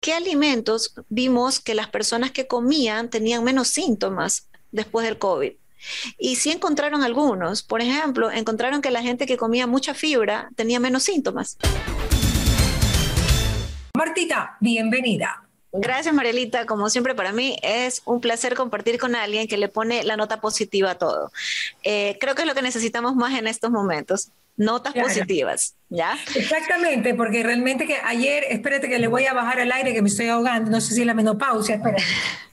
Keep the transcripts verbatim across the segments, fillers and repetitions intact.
qué alimentos vimos que las personas que comían tenían menos síntomas después del COVID. Y sí encontraron algunos. Por ejemplo, encontraron que la gente que comía mucha fibra tenía menos síntomas. Martita, bienvenida. Gracias, Marielita. Como siempre, para mí es un placer compartir con alguien que le pone la nota positiva a todo. Eh, creo que es lo que necesitamos más en estos momentos. Notas Claro. positivas, ¿ya? Exactamente, porque realmente que ayer, espérate que le voy a bajar al aire que me estoy ahogando, no sé si es la menopausia, espérate.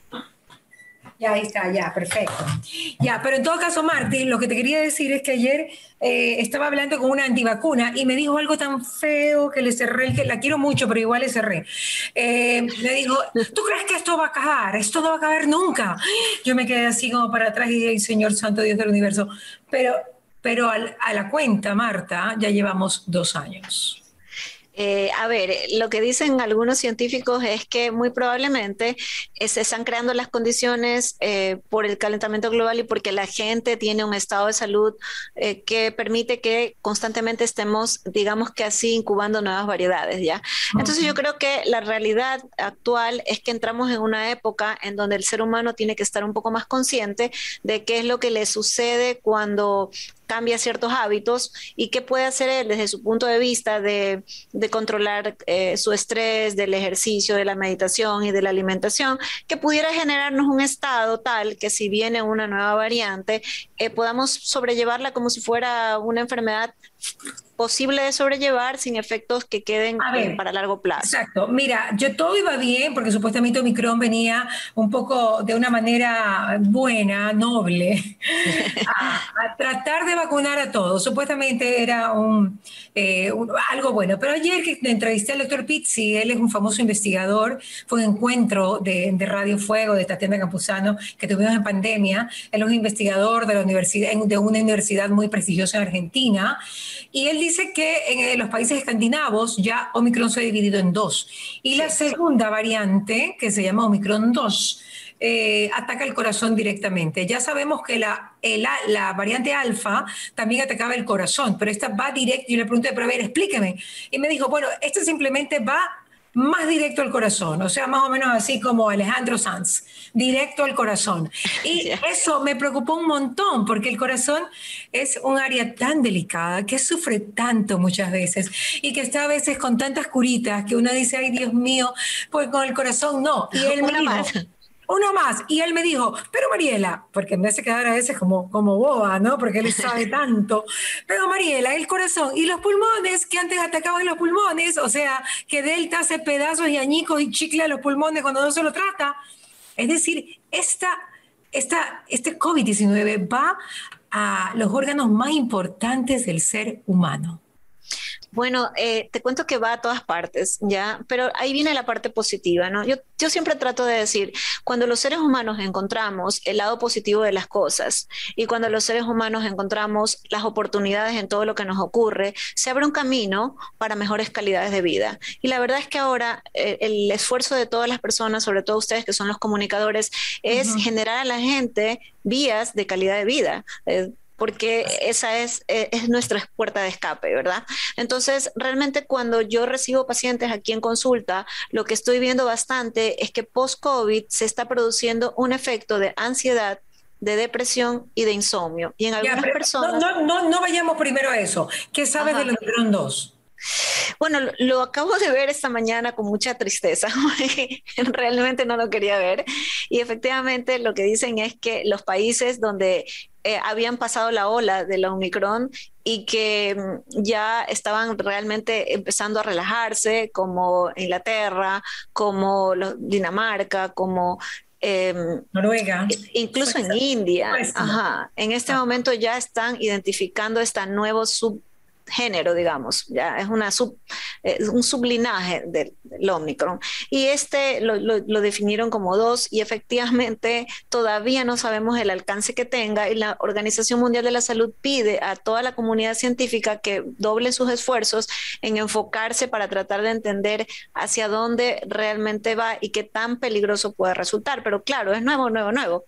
Ya, ahí está, ya, perfecto. Ya, pero en todo caso, Martín, lo que te quería decir es que ayer eh, estaba hablando con una antivacuna y me dijo algo tan feo que le cerré, el que la quiero mucho, pero igual le cerré. Eh, me dijo, ¿tú crees que esto va a acabar? Esto no va a acabar nunca. Yo me quedé así como para atrás y dije, Señor Santo Dios del Universo. Pero, pero al, a la cuenta, Marta, ya llevamos dos años. Eh, a ver, lo que dicen algunos científicos es que muy probablemente eh, se están creando las condiciones eh, por el calentamiento global y porque la gente tiene un estado de salud eh, que permite que constantemente estemos, digamos que así, incubando nuevas variedades, ¿ya? Entonces yo creo que la realidad actual es que entramos en una época en donde el ser humano tiene que estar un poco más consciente de qué es lo que le sucede cuando cambia ciertos hábitos y qué puede hacer él desde su punto de vista de, de controlar eh, su estrés, del ejercicio, de la meditación y de la alimentación, que pudiera generarnos un estado tal que si viene una nueva variante, eh, podamos sobrellevarla como si fuera una enfermedad posible de sobrellevar sin efectos que queden A ver, eh, para largo plazo. exacto. Mira, yo todo iba bien porque supuestamente Omicron venía un poco de una manera buena, noble, a, a tratar de vacunar a todos. Supuestamente era un, eh, un- algo bueno. Pero ayer que entrevisté al doctor Pizzi, él es un famoso investigador, fue un encuentro de, de Radio Fuego de Tatiana Campuzano que tuvimos en pandemia. Él es un investigador de, la universidad, de una universidad muy prestigiosa en Argentina. Y él dice que en eh, los países escandinavos ya Omicron se ha dividido en dos. Y la Sí. segunda variante, que se llama Omicron dos, eh, ataca el corazón directamente. Ya sabemos que la, el a- la variante alfa también atacaba el corazón, pero esta va directo. Yo le pregunté, pero a ver, explíqueme. Y me dijo, bueno, esta simplemente va más directo al corazón, o sea, más o menos así como Alejandro Sanz, directo al corazón. Y Ya. eso me preocupó un montón, porque el corazón es un área tan delicada, que sufre tanto muchas veces, y que está a veces con tantas curitas, que uno dice, ay Dios mío, pues con el corazón no. Y él me Una dijo, más. uno más. Y él me dijo, pero Mariela, porque me hace quedar a veces como, como boba, ¿no? Porque él sabe tanto. Pero Mariela, el corazón y los pulmones, que antes atacaban los pulmones, o sea, que Delta hace pedazos y añicos y chicle a los pulmones cuando no se lo trata. Es decir, esta, esta, este COVID diecinueve va a los órganos más importantes del ser humano. Bueno, eh, te cuento que va a todas partes, ¿ya? Pero ahí viene la parte positiva, ¿no? Yo, yo siempre trato de decir, cuando los seres humanos encontramos el lado positivo de las cosas y cuando los seres humanos encontramos las oportunidades en todo lo que nos ocurre, se abre un camino para mejores calidades de vida. Y la verdad es que ahora eh, el esfuerzo de todas las personas, sobre todo ustedes que son los comunicadores, es Uh-huh. generar a la gente vías de calidad de vida. Eh, porque esa es, eh, es nuestra puerta de escape, ¿verdad? Entonces, realmente cuando yo recibo pacientes aquí en consulta, lo que estoy viendo bastante es que post-COVID se está produciendo un efecto de ansiedad, de depresión y de insomnio. Y en Ya, algunas pero no, personas, no, no, no vayamos primero a eso. ¿Qué sabes del ajá. Omicron dos? Bueno, lo, lo acabo de ver esta mañana con mucha tristeza, realmente no lo quería ver. Y efectivamente lo que dicen es que los países donde eh, habían pasado la ola de la Omicron y que mm, ya estaban realmente empezando a relajarse, como Inglaterra, como los- Dinamarca, como eh, Noruega. incluso en Suecia. India, Suecia. ajá, en este momento ya están identificando este nuevo subgénero, digamos, ya es una sub, eh, un sublinaje del, del Omicron. Y este lo, lo, lo, definieron como dos y efectivamente todavía no sabemos el alcance que tenga y la Organización Mundial de la Salud pide a toda la comunidad científica que doble sus esfuerzos en enfocarse para tratar de entender hacia dónde realmente va y qué tan peligroso puede resultar. Pero claro, es nuevo, nuevo, nuevo.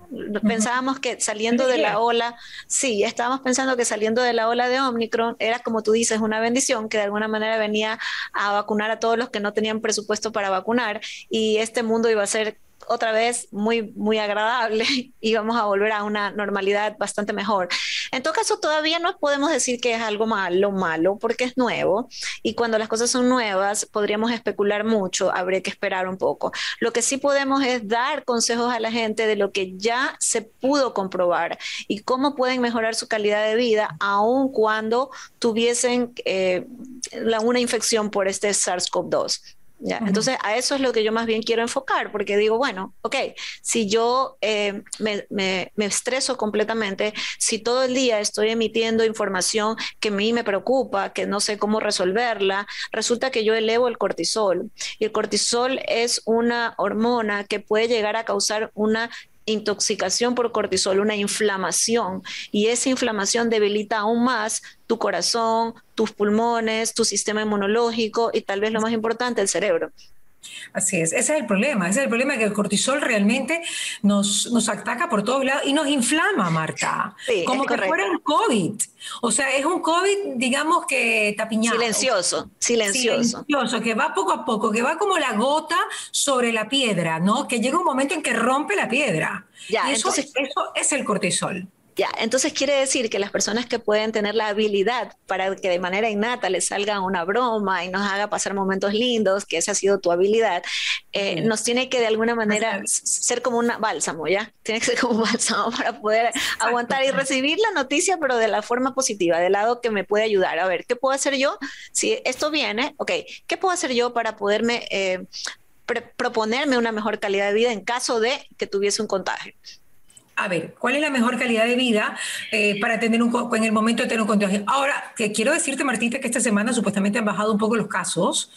Pensábamos que saliendo de la ola, sí, estábamos pensando que saliendo de la ola de Omicron era, como tú dices, una bendición que de alguna manera venía a vacunar a todos los que no tenían presupuesto para vacunar, y este mundo iba a ser otra vez muy, muy agradable y vamos a volver a una normalidad bastante mejor. En todo caso, todavía no podemos decir que es algo malo, malo, porque es nuevo, y cuando las cosas son nuevas podríamos especular mucho, habría que esperar un poco. Lo que sí podemos es dar consejos a la gente de lo que ya se pudo comprobar y cómo pueden mejorar su calidad de vida aun cuando tuviesen eh, la, una infección por este SARS-CoV dos. Ya, uh-huh. Entonces a eso es lo que yo más bien quiero enfocar, porque digo, bueno, ok, si yo eh, me, me, me estreso completamente, si todo el día estoy emitiendo información que a mí me preocupa, que no sé cómo resolverla, resulta que yo elevo el cortisol, y el cortisol es una hormona que puede llegar a causar una intoxicación por cortisol, una inflamación, y esa inflamación debilita aún más tu corazón, tus pulmones, tu sistema inmunológico y tal vez lo más importante, el cerebro. Así es, ese es el problema, ese es el problema, que el cortisol realmente nos, nos ataca por todos lados y nos inflama, Marta, sí, como que fuera un COVID. O sea, es un COVID, digamos que tapiñado. Silencioso, silencioso. Silencioso, que va poco a poco, que va como la gota sobre la piedra, ¿no? Que llega un momento en que rompe la piedra. Ya, y eso, entonces, eso es el cortisol. Ya, entonces quiere decir que las personas que pueden tener la habilidad para que de manera innata les salga una broma y nos haga pasar momentos lindos, que esa ha sido tu habilidad, eh, sí. nos tiene que de alguna manera ser como un bálsamo, ¿ya? Tiene que ser como un bálsamo para poder Exacto. aguantar y recibir la noticia, pero de la forma positiva, del lado que me puede ayudar. A ver, ¿qué puedo hacer yo? Si esto viene, ok, ¿qué puedo hacer yo para poderme eh, proponerme una mejor calidad de vida en caso de que tuviese un contagio? A ver, ¿cuál es la mejor calidad de vida eh, para tener un, en el momento de tener un contagio? Ahora, que quiero decirte, Martita, que esta semana supuestamente han bajado un poco los casos,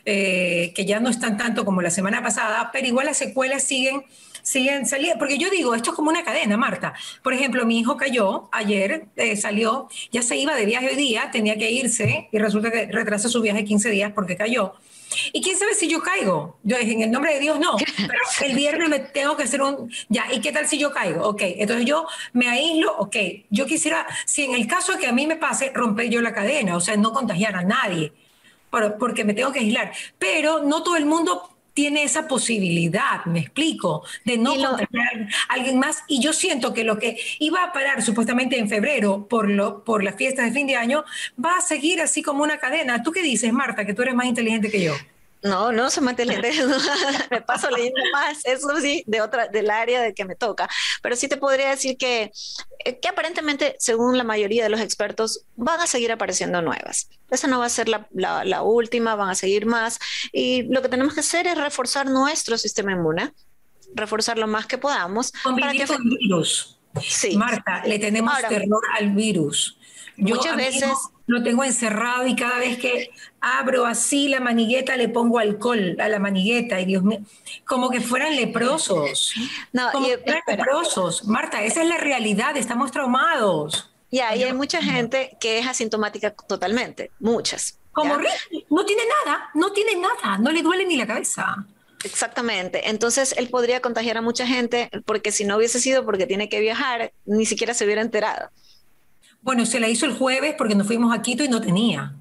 eh, que ya no están tanto como la semana pasada, pero igual las secuelas siguen, siguen saliendo. Porque yo digo, esto es como una cadena, Marta. Por ejemplo, mi hijo cayó ayer, eh, salió, ya se iba de viaje hoy día, tenía que irse y resulta que retrasa su viaje quince días porque cayó. Y quién sabe si yo caigo. Yo en el nombre de Dios no, pero el viernes me tengo que hacer un... Ya, ¿y qué tal si yo caigo? Ok, entonces yo me aíslo, ok. Yo quisiera, si en el caso de que a mí me pase, romper yo la cadena, o sea, no contagiar a nadie, porque me tengo que aislar. Pero no todo el mundo tiene esa posibilidad, me explico, de no lo... contagiar a alguien más. Y yo siento que lo que iba a parar supuestamente en febrero por, lo, por las fiestas de fin de año va a seguir así como una cadena. ¿Tú qué dices, Marta, que tú eres más inteligente que yo? No, no soy más inteligente, me paso leyendo más, eso sí, de otra, del área de que me toca, pero sí te podría decir que, que aparentemente, según la mayoría de los expertos, van a seguir apareciendo nuevas. Esa no va a ser la, la, la última, van a seguir más, y lo que tenemos que hacer es reforzar nuestro sistema inmune, reforzar lo más que podamos. Convivir con el virus. Sí. Marta, le tenemos Ahora, terror al virus. Yo muchas veces lo tengo encerrado y cada vez que abro así la manigueta le pongo alcohol a la manigueta y Dios mío, como que fueran leprosos. No, como y, que fueran espera. leprosos. Marta, esa es la realidad, estamos traumados. Ya, y hay mucha gente que es asintomática totalmente, muchas. Como Ricky, no tiene nada, no tiene nada, no le duele ni la cabeza. Exactamente, entonces él podría contagiar a mucha gente porque si no hubiese sido porque tiene que viajar, ni siquiera se hubiera enterado. Bueno, se la hizo el jueves porque nos fuimos a Quito y no tenía.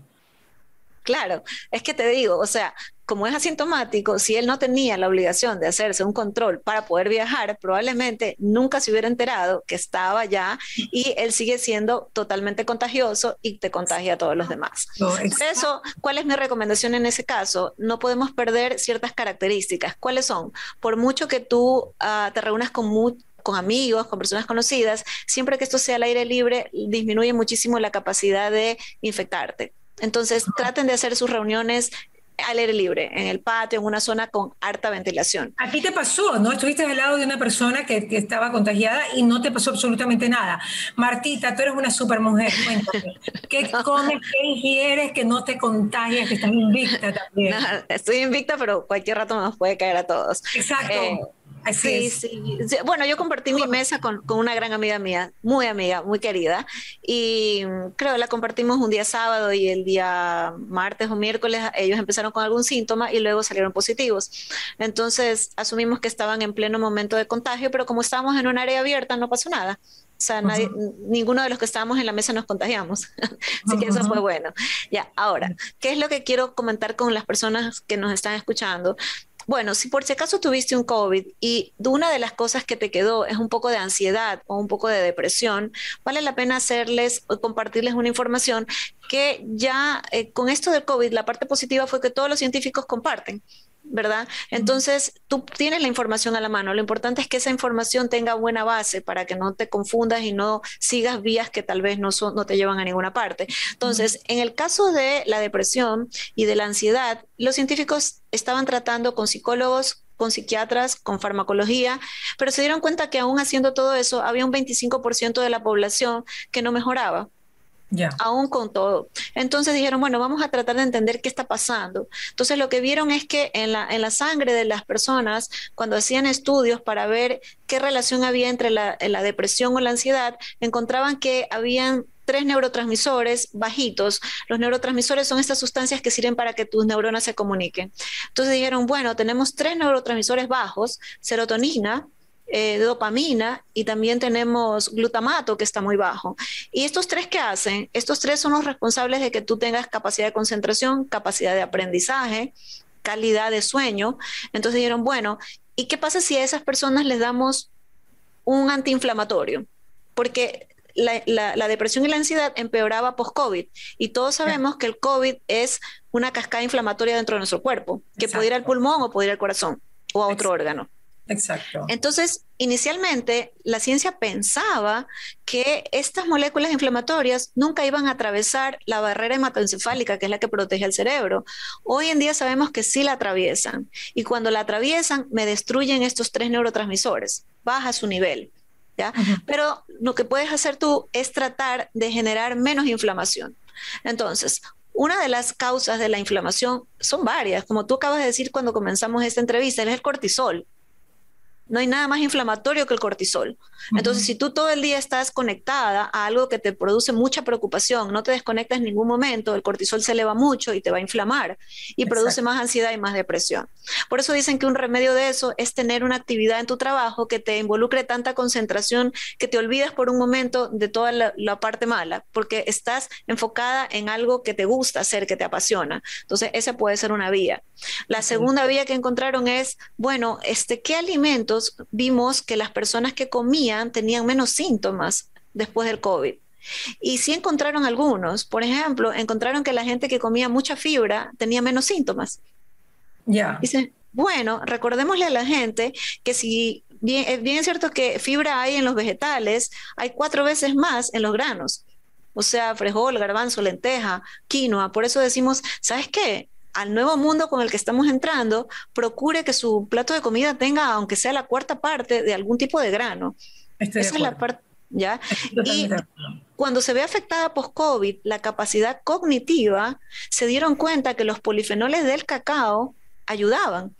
Claro, es que te digo, o sea, como es asintomático, si él no tenía la obligación de hacerse un control para poder viajar, probablemente nunca se hubiera enterado que estaba allá y él sigue siendo totalmente contagioso y te contagia a todos los demás. No, Por eso, ¿cuál es mi recomendación en ese caso? No podemos perder ciertas características. ¿Cuáles son? Por mucho que tú uh, te reúnas con muchos con amigos, con personas conocidas, siempre que esto sea al aire libre, disminuye muchísimo la capacidad de infectarte. Entonces, traten de hacer sus reuniones al aire libre, en el patio, en una zona con harta ventilación. A ti te pasó, ¿no? Estuviste al lado de una persona que, que estaba contagiada y no te pasó absolutamente nada. Martita, tú eres una super mujer, cuéntame. ¿Qué comes, qué ingieres, que no te contagias, que estás invicta también? No, estoy invicta, pero cualquier rato nos puede caer a todos. Exacto. Eh, Así Sí, es. sí. Sí, bueno, yo compartí mi mesa con, con una gran amiga mía, muy amiga, muy querida, y mm, creo que la compartimos un día sábado y el día martes o miércoles ellos empezaron con algún síntoma y luego salieron positivos. Entonces asumimos que estaban en pleno momento de contagio, pero como estábamos en un área abierta no pasó nada. O sea, nadie, Ujú, ninguno de los que estábamos en la mesa nos contagiamos. Así que ujú, eso fue ujú. bueno. Ya, ahora, ¿qué es lo que quiero comentar con las personas que nos están escuchando? Bueno, si por si acaso tuviste un COVID y una de las cosas que te quedó es un poco de ansiedad o un poco de depresión, vale la pena hacerles o compartirles una información que ya eh, con esto del COVID, la parte positiva fue que todos los científicos comparten. ¿Verdad? Entonces, tú tienes la información a la mano. Lo importante es que esa información tenga buena base para que no te confundas y no sigas vías que tal vez no, son, no te llevan a ninguna parte. Entonces, en el caso de la depresión y de la ansiedad, los científicos estaban tratando con psicólogos, con psiquiatras, con farmacología, pero se dieron cuenta que aún haciendo todo eso, había un veinticinco por ciento de la población que no mejoraba Ya. aún con todo. Entonces dijeron, bueno, vamos a tratar de entender qué está pasando. Entonces lo que vieron es que en la, en la sangre de las personas, cuando hacían estudios para ver qué relación había entre la, la depresión o la ansiedad, encontraban que habían tres neurotransmisores bajitos. Los neurotransmisores son estas sustancias que sirven para que tus neuronas se comuniquen. Entonces dijeron, bueno, tenemos tres neurotransmisores bajos, serotonina, eh, dopamina y también tenemos glutamato que está muy bajo. ¿Y estos tres qué hacen? Estos tres son los responsables de que tú tengas capacidad de concentración, capacidad de aprendizaje, calidad de sueño. Entonces dijeron, bueno, ¿y qué pasa si a esas personas les damos un antiinflamatorio? Porque la, la, la depresión y la ansiedad empeoraba post-COVID y todos Ya. sabemos que el COVID es una cascada inflamatoria dentro de nuestro cuerpo, que puede ir al Exacto. pulmón o puede ir al corazón o a otro Ex- órgano. Exacto. Entonces, inicialmente, la ciencia pensaba que estas moléculas inflamatorias nunca iban a atravesar la barrera hematoencefálica, que es la que protege el cerebro. Hoy en día sabemos que sí la atraviesan. Y cuando la atraviesan, me destruyen estos tres neurotransmisores, baja su nivel. ¿Ya? Ujú. Pero lo que puedes hacer tú es tratar de generar menos inflamación. Entonces, una de las causas de la inflamación son varias, como tú acabas de decir cuando comenzamos esta entrevista, es el cortisol. No hay nada más inflamatorio que el cortisol. Entonces, Ujú. si tú todo el día estás conectada a algo que te produce mucha preocupación, no te desconectas en ningún momento, el cortisol se eleva mucho y te va a inflamar y produce Exacto. más ansiedad y más depresión. Por eso dicen que un remedio de eso es tener una actividad en tu trabajo que te involucre tanta concentración que te olvidas por un momento de toda la, la parte mala, porque estás enfocada en algo que te gusta hacer, que te apasiona. Entonces, esa puede ser una vía. La Ok. segunda vía que encontraron es, bueno, este, ¿qué alimentos vimos que las personas que comían tenían menos síntomas después del COVID? Y sí encontraron algunos. Por ejemplo, encontraron que la gente que comía mucha fibra tenía menos síntomas. Ya. Dicen, bueno, recordémosle a la gente que si bien es bien cierto que fibra hay en los vegetales, hay cuatro veces más en los granos. O sea, frijol, garbanzo, lenteja, quinoa. Por eso decimos, ¿sabes qué? Al nuevo mundo con el que estamos entrando, procure que su plato de comida tenga, aunque sea la cuarta parte, de algún tipo de grano. Estoy de Esa es la acuerdo. parte, ¿ya? Estoy totalmente Y de acuerdo. cuando se ve afectada post-COVID, la capacidad cognitiva, se dieron cuenta que los polifenoles del cacao ayudaban.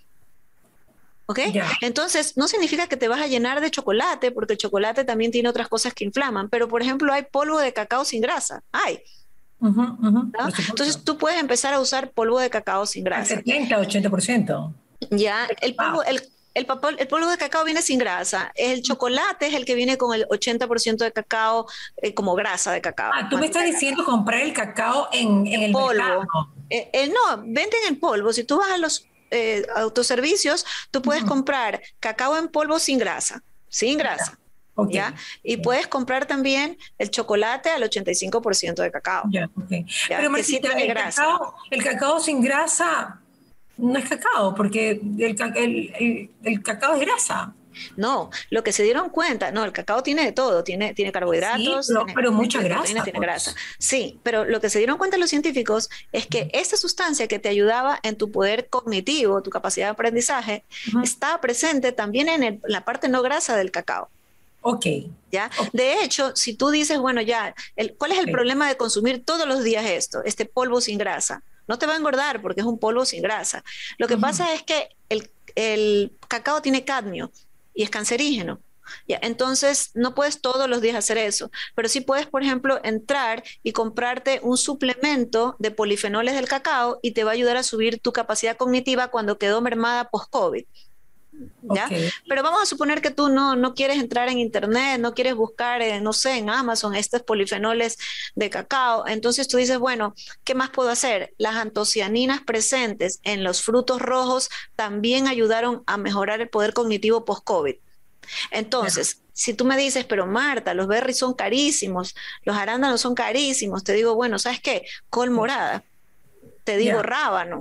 ¿Ok? Ya. Entonces, no significa que te vas a llenar de chocolate, porque el chocolate también tiene otras cosas que inflaman, pero por ejemplo, hay polvo de cacao sin grasa. Hay, Ujú, ujú, ¿no? por supuesto. Entonces, tú puedes empezar a usar polvo de cacao sin Al grasa. setenta, ochenta por ciento. Ya, el polvo, Wow. el, el, papel, el polvo de cacao viene sin grasa. El chocolate es el que viene con el ochenta por ciento de cacao eh, como grasa de cacao, Ah, tú me estás manteca de diciendo cacao. comprar el cacao en, en el mercado. Polvo. Eh, eh, no, venden en polvo. Si tú vas a los eh, autoservicios, tú puedes Ujú. comprar cacao en polvo sin grasa, sin Ya. grasa. Ok. ¿Ya? Y Ok. puedes comprar también el chocolate al ochenta y cinco por ciento de cacao, Ya, ok. ¿ya? Pero Que sí Marcita, tiene el grasa. cacao, el cacao sin grasa no es cacao, porque el, ca- el- el- el cacao es grasa. No, lo que se dieron cuenta, no, el cacao tiene de todo, tiene, tiene Sí, carbohidratos, pero, tiene, pero mucha tiene proteínas, grasa, tiene grasa. pues. Sí, pero lo que se dieron cuenta los científicos es que esta sustancia que te ayudaba en tu poder cognitivo, tu capacidad de aprendizaje, Ujú. estaba presente también en el- la parte no grasa del cacao. Ok, ¿Ya? ok, De hecho, si tú dices, bueno, ya, el, ¿cuál es el ok. problema de consumir todos los días esto, este polvo sin grasa? No te va a engordar porque es un polvo sin grasa. Lo que Ujú. pasa es que el, el cacao tiene cadmio y es cancerígeno. Ya, entonces, no puedes todos los días hacer eso, pero sí puedes, por ejemplo, entrar y comprarte un suplemento de polifenoles del cacao y te va a ayudar a subir tu capacidad cognitiva cuando quedó mermada post-COVID. ¿Ya? Ok. Pero vamos a suponer que tú no, no quieres entrar en internet, no quieres buscar, eh, no sé, en Amazon estos polifenoles de cacao. Entonces tú dices, bueno, ¿qué más puedo hacer? Las antocianinas presentes en los frutos rojos también ayudaron a mejorar el poder cognitivo post-COVID. Claro. Entonces, si tú me dices, pero Marta, los berries son carísimos, los arándanos son carísimos, te digo, bueno, ¿sabes qué? Col morada, te digo Ya. rábano,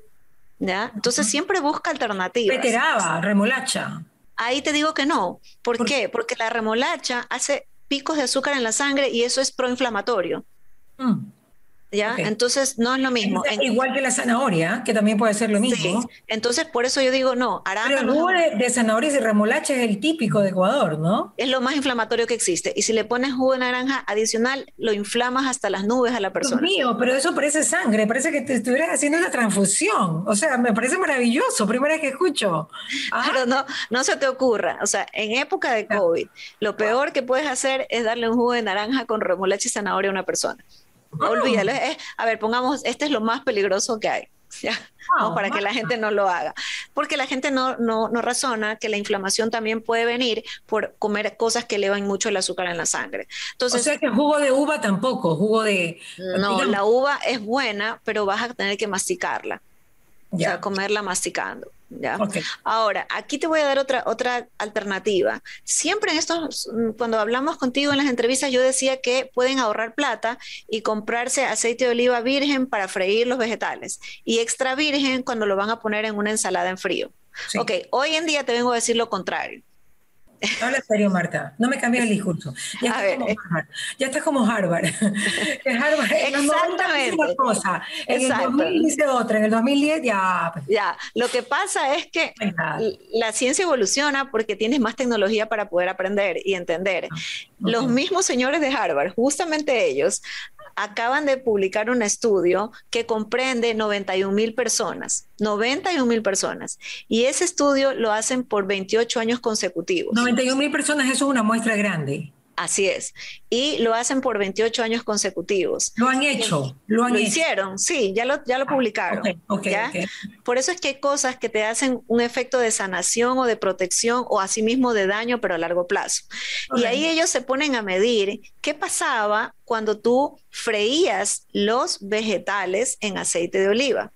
¿ya? Entonces siempre busca alternativas. Beteraba, remolacha. Ahí te digo que no. ¿Por Por- qué? Porque la remolacha hace picos de azúcar en la sangre y eso es proinflamatorio, Mm, ¿ya? ok. Entonces no es lo mismo. Entonces, En, igual que la zanahoria, que también puede ser lo sí, mismo. entonces por eso yo digo no, Pero el arándanos es jugo un- de, de zanahoria y remolacha es el típico de Ecuador, ¿no? es lo más inflamatorio que existe. Y si le pones jugo de naranja adicional, lo inflamas hasta las nubes a la Dios persona. mío, pero eso parece sangre, parece que te estuvieras haciendo una transfusión. O sea, me parece maravilloso, primera vez que escucho. Ah, Pero no, no se te ocurra. O sea, en época de COVID, lo wow. peor que puedes hacer es darle un jugo de naranja con remolacha y zanahoria a una persona. Olvídalo. Es- a ver, pongamos, este es lo más peligroso que hay. Ya, vamos, Wow, para que la gente no lo haga. Porque la gente no, no, no razona que la inflamación también puede venir por comer cosas que elevan mucho el azúcar en la sangre. o Entonces, sea que jugo de uva tampoco, jugo de, no, digamos, la uva es buena, pero vas a tener que masticarla. O sea, ya, comerla masticando, ¿ya? ok. Ahora, aquí te voy a dar otra, otra alternativa. Siempre en estos, mm, cuando hablamos contigo en las entrevistas, yo decía que pueden ahorrar plata y comprarse aceite de oliva virgen para freír los vegetales y extra virgen cuando lo van a poner en una ensalada en frío. Ok, Sí. hoy en día te vengo a decir lo contrario. Habla en serio, Marta. No me cambies el discurso. Ya A estás ver, como eh, Harvard. Ya estás como Harvard. Que Harvard en los noventa dice una exactamente, cosa, en el dos exacto. mil dice otra, en el dos mil diez ya, pues, Ya, lo que pasa es que no hay nada. la ciencia evoluciona porque tienes más tecnología para poder aprender y entender. Ok. Los mismos señores de Harvard, justamente ellos, acaban de publicar un estudio que comprende noventa y un mil personas, noventa y un mil personas, y ese estudio lo hacen por veintiocho años consecutivos. noventa y un mil personas, eso es una muestra grande. Así es. Y lo hacen por veintiocho años consecutivos. Lo han Y hecho, lo han lo hecho. hicieron, sí, ya lo, ya lo Ah, ok, publicaron, ok, ¿ya? ok. Por eso es que hay cosas que te hacen un efecto de sanación o de protección o asimismo de daño, pero a largo plazo. Y ahí Ok. ellos se ponen a medir qué pasaba cuando tú freías los vegetales en aceite de oliva.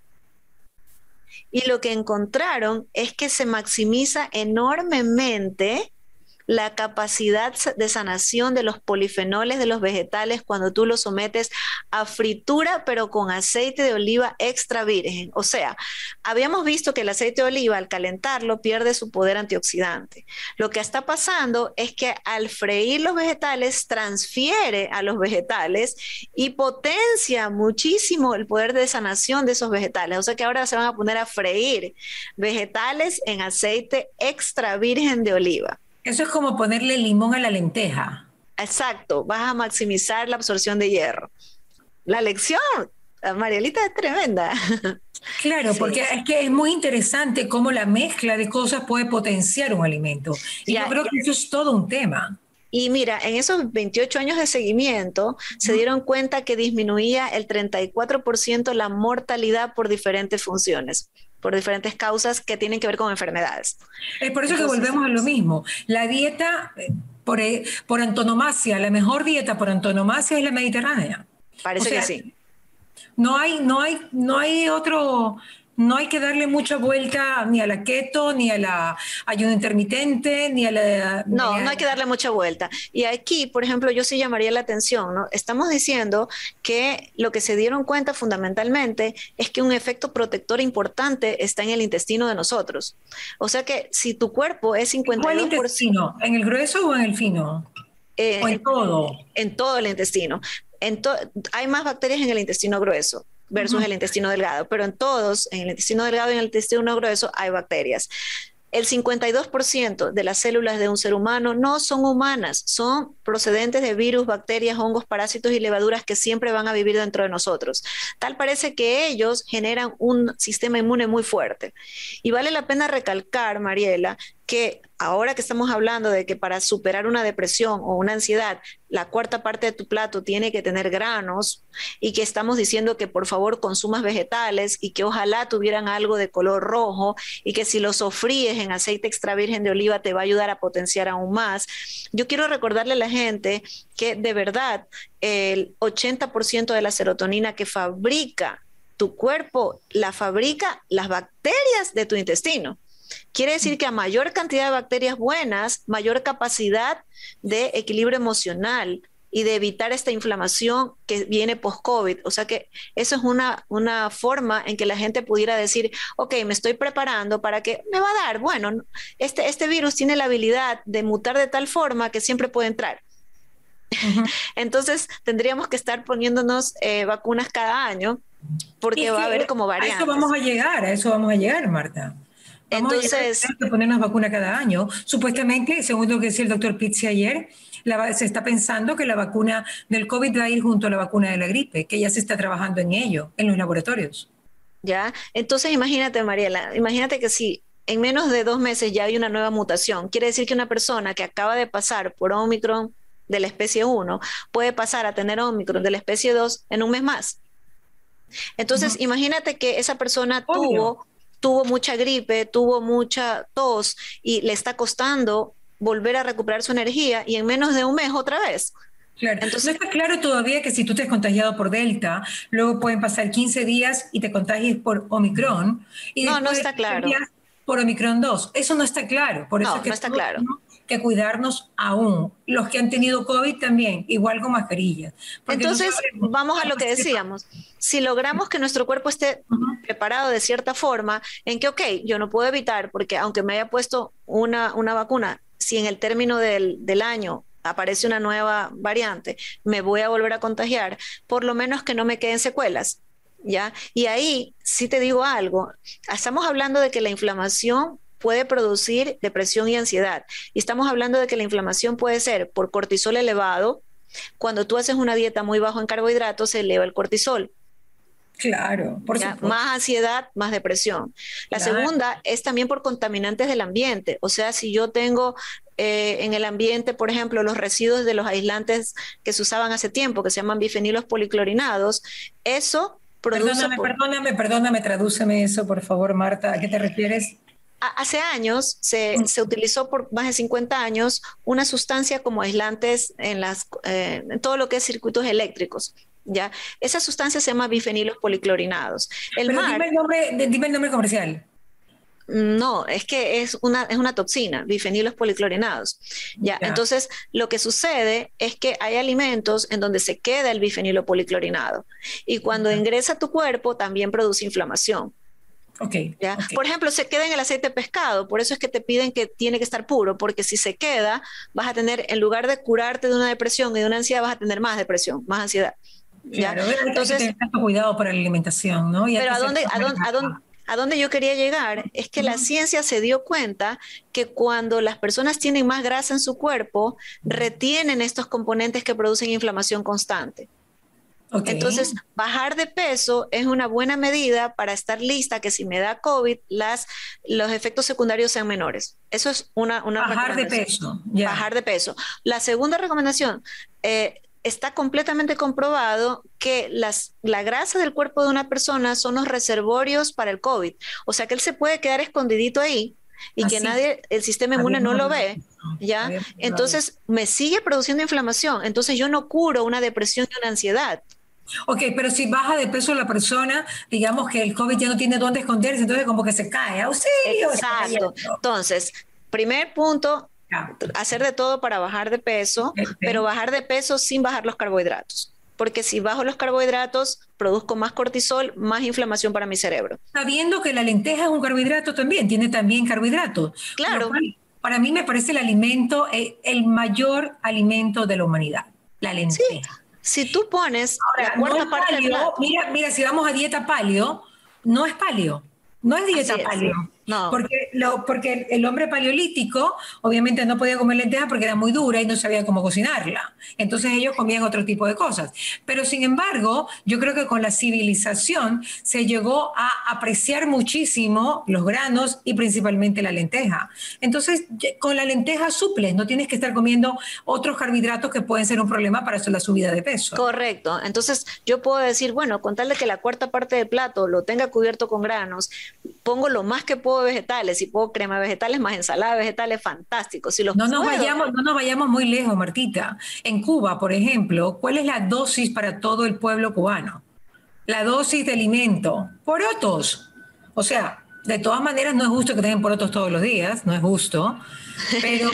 Y lo que encontraron es que se maximiza enormemente la capacidad de sanación de los polifenoles de los vegetales cuando tú los sometes a fritura, pero con aceite de oliva extra virgen. O sea, habíamos visto que el aceite de oliva al calentarlo pierde su poder antioxidante. Lo que está pasando es que al freír los vegetales transfiere a los vegetales y potencia muchísimo el poder de sanación de esos vegetales. O sea que ahora se van a poner a freír vegetales en aceite extra virgen de oliva. Eso es como ponerle limón a la lenteja. Exacto, vas a maximizar la absorción de hierro. La lección, Marielita, es tremenda. Claro, Sí, porque es que es muy interesante cómo la mezcla de cosas puede potenciar un alimento. Y yo ya. creo que eso es todo un tema. Y mira, en esos veintiocho años de seguimiento se dieron cuenta que disminuía el treinta y cuatro por ciento la mortalidad por diferentes funciones, por diferentes causas que tienen que ver con enfermedades. Es por eso que Entonces, volvemos a lo mismo. La dieta, eh, por, eh, por antonomasia, la mejor dieta por antonomasia es la mediterránea. O parece que sea, sí. no hay, no hay, no hay otro, no hay que darle mucha vuelta ni a la keto, ni a la ayuno intermitente, ni a la... ni No, no a- hay que darle mucha vuelta. Y aquí, por ejemplo, yo sí llamaría la atención, ¿no? Estamos diciendo que lo que se dieron cuenta fundamentalmente es que un efecto protector importante está en el intestino de nosotros. O sea que si tu cuerpo es ¿Cuál cincuenta y dos por ciento intestino? ¿En el grueso o en el fino? ¿O en eh, todo? en todo el intestino, en to hay más bacterias en el intestino grueso versus Ujú. el intestino delgado, pero en todos, en el intestino delgado y en el intestino grueso, hay bacterias. El cincuenta y dos por ciento de las células de un ser humano no son humanas, son procedentes de virus, bacterias, hongos, parásitos y levaduras que siempre van a vivir dentro de nosotros. Tal parece que ellos generan un sistema inmune muy fuerte. Y vale la pena recalcar, Mariela, que ahora que estamos hablando de que para superar una depresión o una ansiedad, la cuarta parte de tu plato tiene que tener granos y que estamos diciendo que por favor consumas vegetales y que ojalá tuvieran algo de color rojo y que si lo sofríes en aceite extra virgen de oliva te va a ayudar a potenciar aún más. Yo quiero recordarle a la gente que de verdad el ochenta por ciento de la serotonina que fabrica tu cuerpo la fabrica las bacterias de tu intestino. Quiere decir que a mayor cantidad de bacterias buenas, mayor capacidad de equilibrio emocional y de evitar esta inflamación que viene post-COVID. O sea que eso es una, una forma en que la gente pudiera decir, ok, me estoy preparando para que me va a dar, bueno, este, este virus tiene la habilidad de mutar de tal forma que siempre puede entrar. Uh-huh. Entonces tendríamos que estar poniéndonos eh, vacunas cada año porque va a haber como variantes. A eso vamos a llegar, a eso vamos a llegar, Marta. Vamos Entonces, a tener que ponernos vacuna cada año. Supuestamente, según lo que decía el doctor Pizzi ayer, la, se está pensando que la vacuna del COVID va a ir junto a la vacuna de la gripe, que ya se está trabajando en ello, en los laboratorios. Ya, entonces imagínate, Mariela, imagínate que si en menos de dos meses ya hay una nueva mutación, quiere decir que una persona que acaba de pasar por Omicron de la especie uno puede pasar a tener Omicron de la especie dos en un mes más. Entonces, uh-huh. imagínate que esa persona Obvio. tuvo... tuvo mucha gripe, tuvo mucha tos y le está costando volver a recuperar su energía y en menos de un mes otra vez. Claro. Entonces, no está claro todavía que si tú te has contagiado por Delta, luego pueden pasar quince días y te contagies por Omicron. Y no, no está claro. Por Omicron dos. Eso no está claro. Por eso no, es que no está claro. que cuidarnos aún. Los que han tenido COVID también, igual con mascarillas. Entonces, no vamos a lo que decíamos. Si logramos que nuestro cuerpo esté uh-huh. preparado de cierta forma, en que, ok, yo no puedo evitar, porque aunque me haya puesto una, una vacuna, si en el término del, del año aparece una nueva variante, me voy a volver a contagiar, por lo menos que no me queden secuelas, ¿ya? Y ahí, sí te digo algo, estamos hablando de que la inflamación puede producir depresión y ansiedad. Y estamos hablando de que la inflamación puede ser por cortisol elevado. Cuando tú haces una dieta muy bajo en carbohidratos, se eleva el cortisol. Claro, por supuesto. Más ansiedad, más depresión. La claro. segunda es también por contaminantes del ambiente. O sea, si yo tengo eh, en el ambiente, por ejemplo, los residuos de los aislantes que se usaban hace tiempo, que se llaman bifenilos policlorinados, eso produce... Perdóname, por... perdóname, perdóname, tradúceme eso, por favor, Marta. ¿A qué te refieres? Hace años se, se utilizó por más de cincuenta años una sustancia como aislantes en, las, eh, en todo lo que es circuitos eléctricos. ¿Ya? Esa sustancia se llama bifenilos policlorinados. El Pero mar, dime, el nombre, dime el nombre comercial. No, es que es una, es una toxina, bifenilos policlorinados. ¿Ya? Ya. Entonces, lo que sucede es que hay alimentos en donde se queda el bifenilo policlorinado y cuando ya. ingresa a tu cuerpo también produce inflamación. Okay, ¿Ya? okay. Por ejemplo, se queda en el aceite de pescado, por eso es que te piden que tiene que estar puro, porque si se queda, vas a tener, en lugar de curarte de una depresión y de una ansiedad, vas a tener más depresión, más ansiedad. ¿Ya? Claro, entonces, hay que tener cuidado para la alimentación, ¿no? Y pero ¿a dónde, a, dónde, a, dónde, a dónde yo quería llegar? Es que uh-huh. la ciencia se dio cuenta que cuando las personas tienen más grasa en su cuerpo, retienen estos componentes que producen inflamación constante. Okay. Entonces, bajar de peso es una buena medida para estar lista que si me da COVID, las, los efectos secundarios sean menores. Eso es una, una Bajar de peso. Yeah. Bajar de peso. La segunda recomendación, eh, está completamente comprobado que las, la grasa del cuerpo de una persona son los reservorios para el COVID. O sea que él se puede quedar escondidito ahí y Así. que nadie, el sistema inmune no lo ve, ¿ya? Entonces me sigue produciendo inflamación. Entonces yo no curo una depresión y una ansiedad. Ok, pero si baja de peso la persona, digamos que el COVID ya no tiene dónde esconderse, entonces como que se cae. ¡Auxilio! Exacto. Entonces, primer punto, hacer de todo para bajar de peso, okay. pero bajar de peso sin bajar los carbohidratos. Porque si bajo los carbohidratos, produzco más cortisol, más inflamación para mi cerebro. Sabiendo que la lenteja es un carbohidrato también, tiene también carbohidratos. Claro. Cual, para mí me parece el alimento, el, el mayor alimento de la humanidad, la lenteja. Sí. Si tú pones Ahora, la cuarta no parte paleo, del plato. Mira, mira, si vamos a dieta paleo, no es paleo, no es dieta es, paleo. No. Porque, lo, porque el hombre paleolítico obviamente no podía comer lentejas porque era muy dura y no sabía cómo cocinarla. Entonces ellos comían otro tipo de cosas. Pero sin embargo, yo creo que con la civilización se llegó a apreciar muchísimo los granos y principalmente la lenteja. Entonces, con la lenteja suples, no tienes que estar comiendo otros carbohidratos que pueden ser un problema para la subida de peso. Correcto. Entonces yo puedo decir, bueno, con tal de que la cuarta parte del plato lo tenga cubierto con granos, pongo lo más que puedo de vegetales, si puedo crema de vegetales más ensalada de vegetales, fantástico. Si los no, nos puedo, vayamos, no nos vayamos muy lejos, Martita. En Cuba, por ejemplo, ¿cuál es la dosis para todo el pueblo cubano? La dosis de alimento, porotos. O sea, de todas maneras no es justo que tengan porotos todos los días, no es justo, pero,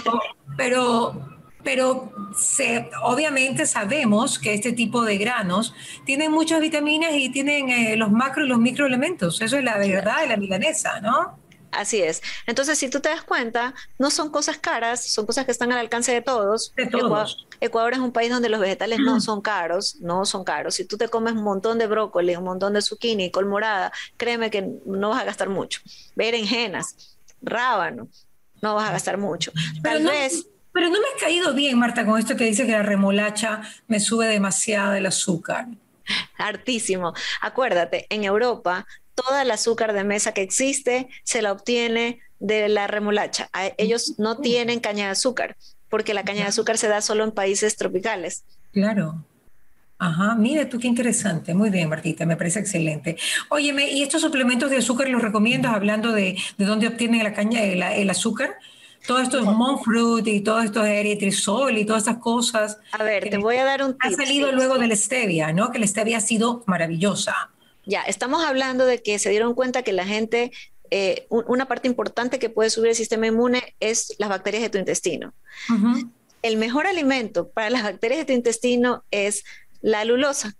pero, pero se, obviamente sabemos que este tipo de granos tienen muchas vitaminas y tienen eh, los macro y los microelementos. Eso es la verdad de la milanesa, ¿no? Así es. Entonces, si tú te das cuenta, no son cosas caras, son cosas que están al alcance de todos. De todos. Ecuador, Ecuador es un país donde los vegetales no son caros, no son caros. Si tú te comes un montón de brócoli, un montón de zucchini, col morada, créeme que no vas a gastar mucho. Berenjenas, rábano, no vas a gastar mucho. Pero Tal no, vez... pero no me ha caído bien, Marta, con esto que dice que la remolacha me sube demasiado el azúcar. Hartísimo. Acuérdate, en Europa toda el azúcar de mesa que existe se la obtiene de la remolacha. A- Ellos no tienen caña de azúcar, porque la caña de azúcar se da solo en países tropicales. Claro. Ajá, mira tú qué interesante. Muy bien, Martita, me parece excelente. Óyeme, ¿y estos suplementos de azúcar los recomiendas hablando de, de dónde obtienen la caña, el, el azúcar? Todos estos monk fruit y todos estos eritrisol y todas estas cosas A ver, te que voy a dar un han tip. salido Sí. luego de la stevia, ¿no? Que la stevia ha sido maravillosa. Ya, estamos hablando de que se dieron cuenta que la gente, eh, un- una parte importante que puede subir el sistema inmune es las bacterias de tu intestino. Ujú. El mejor alimento para las bacterias de tu intestino es la lulosa.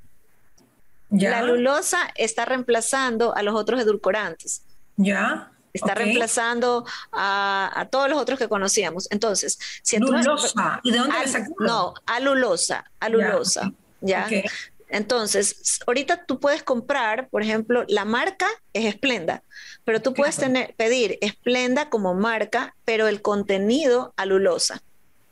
¿Ya? La lulosa está reemplazando a los otros edulcorantes. ¿Ya? Está Ok. reemplazando a, a todos los otros que conocíamos. Entonces, si tú has- Lulosa. ¿Y de dónde la al- sacaron? no, alulosa, alulosa, ok. ¿ya? Ok. Entonces, s- ahorita tú puedes comprar, por ejemplo, la marca es Splenda, pero tú puedes Claro. tener, pedir Splenda como marca, pero el contenido alulosa.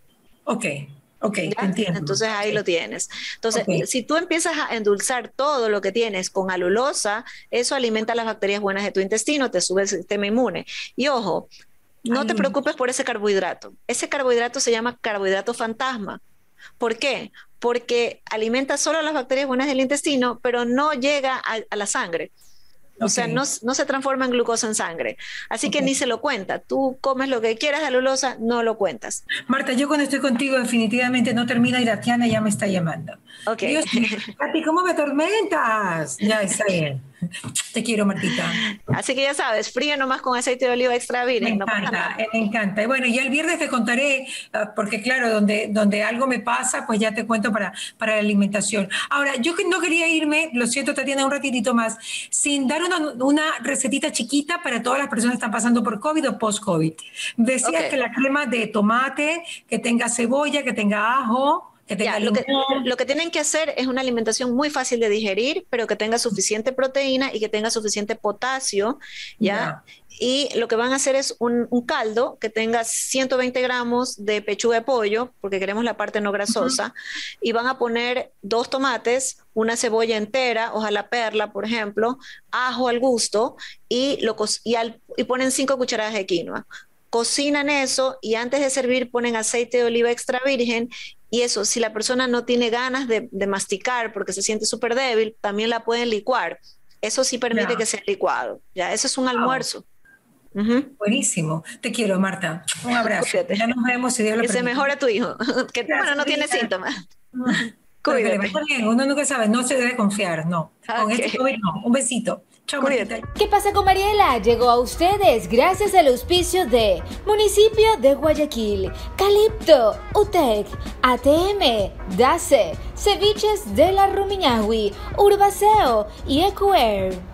Ok, ok, te ¿Ya? entiendo. Entonces ahí Ok, lo tienes. Entonces, ok. si tú empiezas a endulzar todo lo que tienes con alulosa, eso alimenta las bacterias buenas de tu intestino, te sube el sistema inmune. Y ojo, no te Alulosa. preocupes por ese carbohidrato. Ese carbohidrato se llama carbohidrato fantasma. ¿Por qué? Porque alimenta solo a las bacterias buenas del intestino, pero no llega a, a la sangre. O sea, Ok. no, no se transforma en glucosa en sangre. Así que Ok. ni se lo cuenta. Tú comes lo que quieras de alulosa, no lo cuentas. Marta, yo cuando estoy contigo definitivamente no termina y la Tiana ya me está llamando. Ok. Dios mío, Katy, ¿cómo me atormentas? Ya, está bien. Te quiero, Martita. Así que ya sabes, fríe nomás con aceite de oliva extra Me virgen. No pasa encanta, nada. me encanta. Y bueno, ya el viernes te contaré, ah, porque claro, donde, donde algo me pasa, pues ya te cuento para, para la alimentación. Ahora, yo que no quería irme, lo siento, Tatiana, un ratitito más, sin dar una, una recetita chiquita para todas las personas que están pasando por COVID o post-COVID. Decías Ok. que la crema de tomate, que tenga cebolla, que tenga ajo, que tenga Ya, lo que, limón. lo que tienen que hacer es una alimentación muy fácil de digerir, pero que tenga suficiente proteína y que tenga suficiente potasio, ¿ya? Y lo que van a hacer es un, un caldo que tenga ciento veinte gramos de pechuga de pollo, porque queremos la parte no grasosa, y van a poner dos tomates, una cebolla entera, ojalá perla, por ejemplo, ajo al gusto, y, lo, co- y, al- y ponen cinco cucharadas de quinoa. Cocinan eso y antes de servir ponen aceite de oliva extra virgen y eso, si la persona no tiene ganas de, de masticar porque se siente súper débil, también la pueden licuar. Eso sí permite Ya. que sea licuado. Ya, eso es un Wow. almuerzo. Ujú. Buenísimo. Te quiero, Marta. Un abrazo. Cuídate. Ya nos vemos si Dios lo Que se permite. mejore tu hijo, que Gracias, bueno, no tiene amiga. síntomas. Pero que le Cuídate. vaya bien, uno nunca sabe, no se debe confiar, no. Con Ok. este COVID no. Un besito. Chao, Cuídate. Martita. ¿Qué pasa con Mariela? Llegó a ustedes gracias al auspicio de Municipio de Guayaquil, Calipto, UTEC, A T M, DACE, Ceviches de la Rumiñahui, Urbaceo y Ecuer.